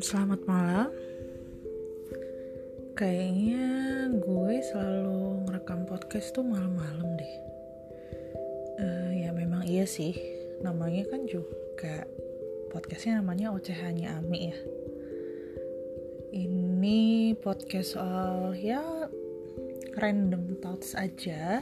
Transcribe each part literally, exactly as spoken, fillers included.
Selamat malam. Kayaknya gue selalu ngerekam podcast tuh malam-malam deh. Uh, ya memang iya sih. Namanya kan juga podcastnya namanya Ocehannya Ami ya. Ini podcast soal ya random thoughts aja.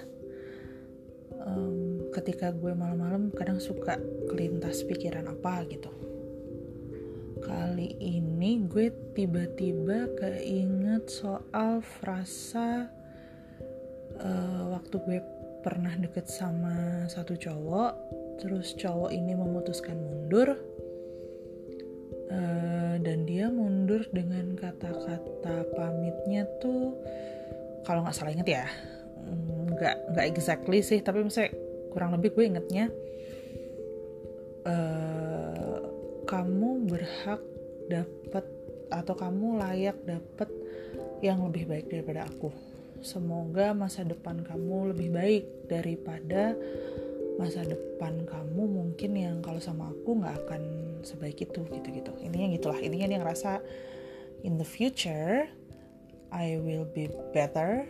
Um, ketika gue malam-malam kadang suka kelintas pikiran apa gitu. Kali ini gue tiba-tiba keinget soal frasa uh, waktu gue pernah deket sama satu cowok, terus cowok ini memutuskan mundur, uh, dan dia mundur dengan kata-kata pamitnya tuh, kalau nggak salah inget ya, nggak nggak exactly sih, tapi misalnya kurang lebih gue ingetnya. Uh, kamu berhak dapat atau kamu layak dapat yang lebih baik daripada aku. Semoga masa depan kamu lebih baik daripada masa depan kamu mungkin yang kalau sama aku nggak akan sebaik itu gitu-gitu. Intinya gitulah. Intinya dia ngerasa in the future I will be better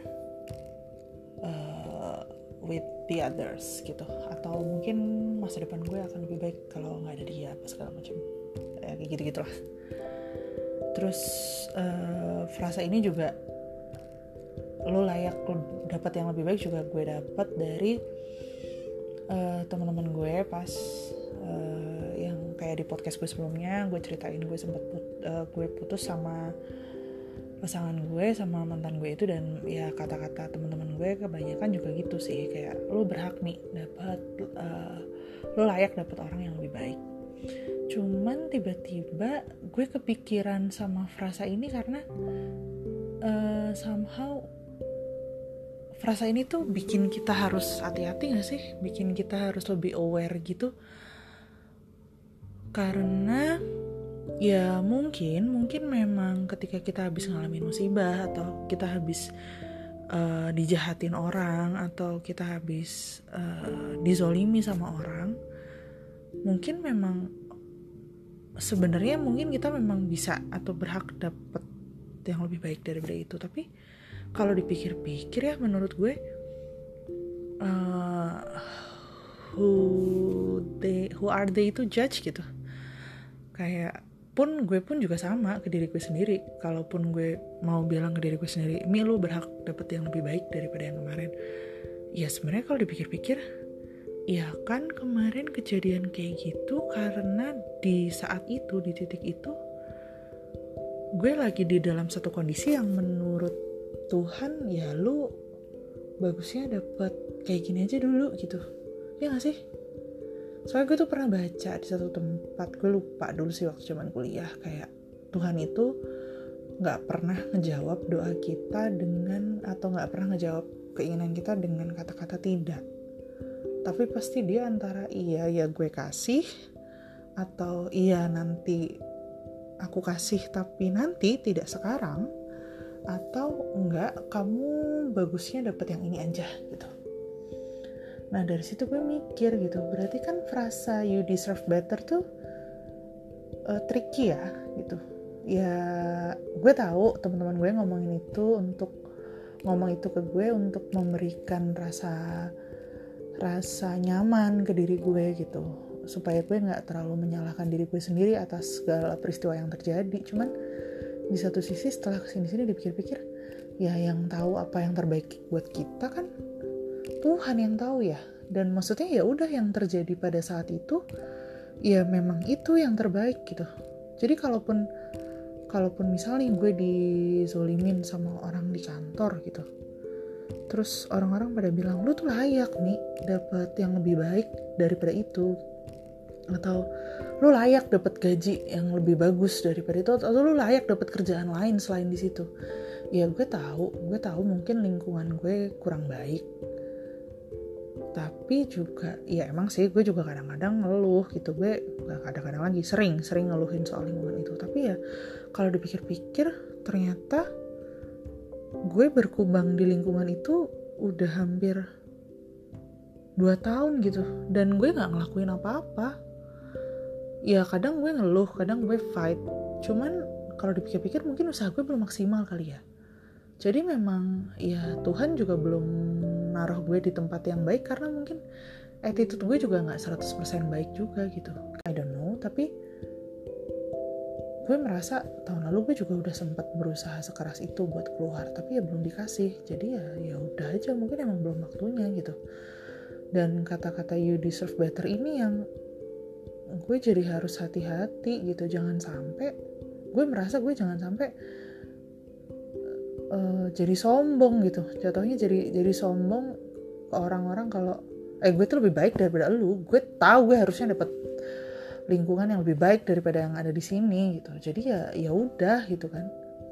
uh, with the others gitu, atau mungkin masa depan gue akan lebih baik kalau nggak ada dia apa segala macam ya, kayak gitu gitulah. Terus uh, frasa ini juga lo layak lo dapat yang lebih baik juga gue dapat dari uh, teman-teman gue pas uh, yang kayak di podcast gue sebelumnya gue ceritain gue sempat put, uh, gue putus sama pasangan gue sama mantan gue itu, dan ya kata-kata teman-teman gue kebanyakan juga gitu sih, kayak lo berhak nih dapat uh, lo layak dapat orang yang lebih baik. Cuman tiba-tiba gue kepikiran sama frasa ini karena uh, somehow frasa ini tuh bikin kita harus hati-hati gak sih, bikin kita harus lebih aware gitu, karena ya mungkin mungkin memang ketika kita habis ngalamin musibah atau kita habis uh, dijahatin orang atau kita habis uh, dizolimi sama orang, mungkin memang sebenarnya mungkin kita memang bisa atau berhak dapet yang lebih baik daripada itu. Tapi kalau dipikir-pikir ya menurut gue uh, who they who are they to judge gitu. Kayak pun gue pun juga sama ke diri gue sendiri. Kalaupun gue mau bilang ke diri gue sendiri, Mi lu berhak dapet yang lebih baik daripada yang kemarin, ya sebenarnya kalau dipikir-pikir ya kan kemarin kejadian kayak gitu karena di saat itu, di titik itu gue lagi di dalam satu kondisi yang menurut Tuhan ya lu bagusnya dapet kayak gini aja dulu gitu, ya gak sih? Soalnya gue tuh pernah baca di satu tempat, gue lupa dulu sih waktu zaman kuliah, kayak Tuhan itu gak pernah ngejawab doa kita dengan, atau gak pernah ngejawab keinginan kita dengan kata-kata tidak. Tapi pasti dia antara iya ya gue kasih, atau iya nanti aku kasih tapi nanti tidak sekarang, atau enggak kamu bagusnya dapet yang ini aja gitu. Nah dari situ gue mikir gitu, berarti kan frasa you deserve better tuh uh, tricky ya gitu. Ya gue tahu teman-teman gue ngomongin itu untuk ngomong itu ke gue untuk memberikan rasa rasa nyaman ke diri gue gitu, supaya gue nggak terlalu menyalahkan diri gue sendiri atas segala peristiwa yang terjadi. Cuman di satu sisi setelah kesini-sini dipikir-pikir, ya yang tahu apa yang terbaik buat kita kan Tuhan yang tahu ya. Dan maksudnya ya udah yang terjadi pada saat itu ya memang itu yang terbaik gitu. Jadi kalaupun kalaupun misalnya gue dizolimin sama orang di kantor gitu, terus orang-orang pada bilang lu tuh layak nih dapat yang lebih baik daripada itu, atau lu layak dapat gaji yang lebih bagus daripada itu, atau lu layak dapat kerjaan lain selain di situ. Ya gue tahu, gue tahu mungkin lingkungan gue kurang baik. Tapi juga, ya emang sih gue juga kadang-kadang ngeluh gitu. Gue gak kadang-kadang lagi, sering-sering ngeluhin soal lingkungan itu. Tapi ya kalau dipikir-pikir ternyata gue berkubang di lingkungan itu udah hampir dua tahun gitu. Dan gue gak ngelakuin apa-apa. Ya kadang gue ngeluh, kadang gue fight. Cuman kalau dipikir-pikir mungkin usaha gue belum maksimal kali ya. Jadi memang ya Tuhan juga belum naruh gue di tempat yang baik karena mungkin attitude gue juga gak seratus persen baik juga gitu. I don't know, tapi gue merasa tahun lalu gue juga udah sempat berusaha sekeras itu buat keluar, tapi ya belum dikasih. Jadi ya ya udah aja, mungkin emang belum waktunya gitu. Dan kata-kata you deserve better ini yang gue jadi harus hati-hati gitu. Jangan sampai, gue merasa gue jangan sampai uh, jadi sombong gitu. Jatuhnya jadi jadi sombong ke orang-orang kalau eh gue tuh lebih baik daripada lu. Gue tahu gue harusnya dapat lingkungan yang lebih baik daripada yang ada di sini gitu. Jadi ya ya udah gitu kan.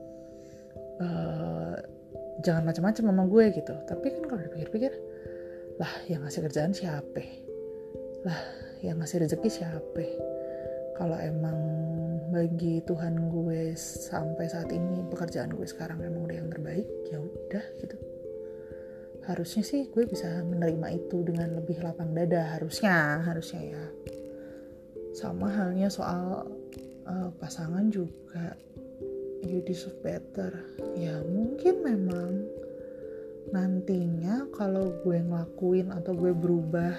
Uh, jangan macam-macam sama gue gitu. Tapi kan kalau dipikir-pikir, lah yang ngasih kerjaan siapa? Lah yang ngasih rezeki siapa? Kalau emang bagi Tuhan gue sampai saat ini pekerjaan gue sekarang emang udah yang terbaik, ya udah gitu. Harusnya sih gue bisa menerima itu dengan lebih lapang dada, harusnya, harusnya ya. Sama halnya soal uh, pasangan juga, you deserve better. Ya mungkin memang nantinya kalau gue ngelakuin atau gue berubah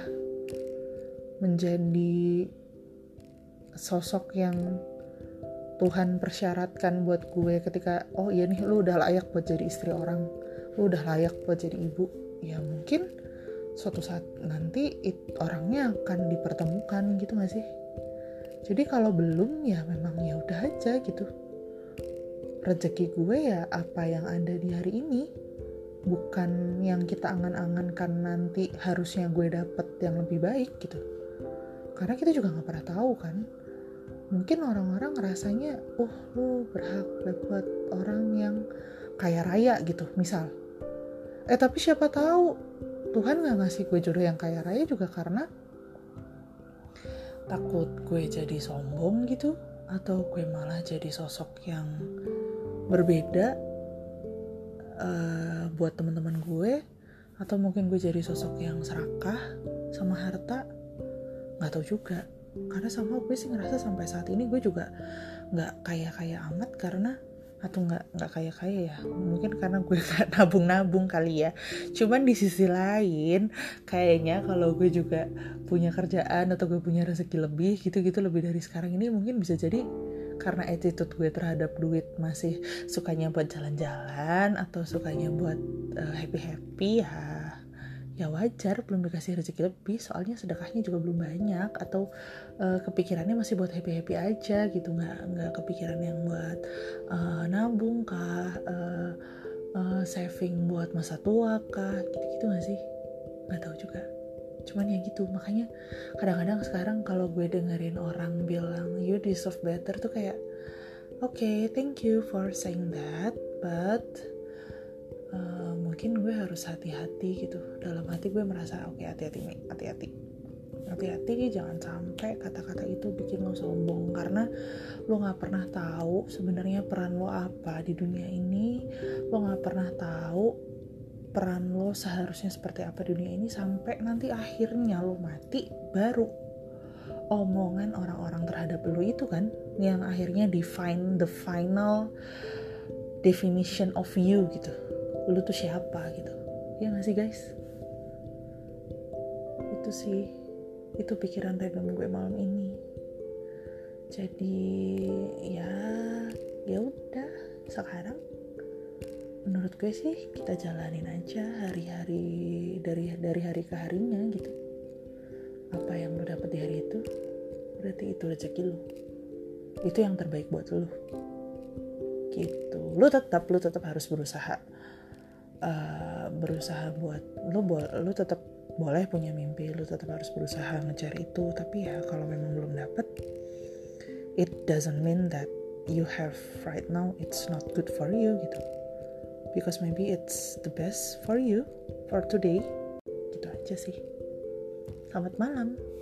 menjadi sosok yang Tuhan persyaratkan buat gue ketika, oh iya nih lu udah layak buat jadi istri orang, lu udah layak buat jadi ibu, ya mungkin suatu saat nanti it, orangnya akan dipertemukan gitu gak sih? Jadi kalau belum ya memang ya udah aja gitu. Rezeki gue ya apa yang ada di hari ini, bukan yang kita angan-angankan nanti harusnya gue dapet yang lebih baik gitu. Karena kita juga nggak pernah tahu kan. Mungkin orang-orang rasanya, oh lu berhak dapet orang yang kaya raya gitu, misal. Eh tapi siapa tahu Tuhan nggak ngasih gue jodoh yang kaya raya juga karena takut gue jadi sombong gitu, atau gue malah jadi sosok yang berbeda uh, buat teman-teman gue, atau mungkin gue jadi sosok yang serakah sama harta, nggak tahu juga. Karena sama gue sih ngerasa sampai saat ini gue juga nggak kaya-kaya amat karena atau nggak nggak kaya-kaya ya, mungkin karena gue nggak nabung-nabung kali ya. Cuman di sisi lain kayaknya kalau gue juga punya kerjaan atau gue punya rezeki lebih gitu-gitu lebih dari sekarang ini, mungkin bisa jadi karena attitude gue terhadap duit masih sukanya buat jalan-jalan atau sukanya buat uh, happy-happy ya ya wajar belum dikasih rezeki lebih, soalnya sedekahnya juga belum banyak, atau uh, kepikirannya masih buat happy-happy aja gitu, nggak nggak kepikiran yang buat uh, nabung kah, uh, uh, saving buat masa tua kah, gitu-gitu nggak sih? Nggak tahu juga. Cuman ya gitu, makanya kadang-kadang sekarang kalau gue dengerin orang bilang you deserve better tuh kayak oke, okay, thank you for saying that, but Uh, mungkin gue harus hati-hati gitu. Dalam hati gue merasa oke okay, hati-hati nih, hati-hati hati-hati jangan sampai kata-kata itu bikin lo sombong, karena lo gak pernah tahu sebenarnya peran lo apa di dunia ini. Lo gak pernah tahu peran lo seharusnya seperti apa di dunia ini sampai nanti akhirnya lo mati, baru omongan orang-orang terhadap lo itu kan yang akhirnya define the final definition of you gitu. Lu tuh siapa gitu, ya gak sih guys? Itu sih, itu pikiran random gue malam ini. Jadi ya ya udah, sekarang menurut gue sih kita jalanin aja hari-hari dari dari hari ke harinya gitu. Apa yang lu dapet di hari itu berarti itu rezeki lu, itu yang terbaik buat lu gitu. Lu tetap lu tetap harus berusaha. Uh, berusaha buat lu, bo- lu tetap boleh punya mimpi, lu tetap harus berusaha ngejar itu. Tapi ya kalau memang belum dapet, it doesn't mean that you have right now it's not good for you gitu, because maybe it's the best for you for today. Gitu aja sih. Selamat malam.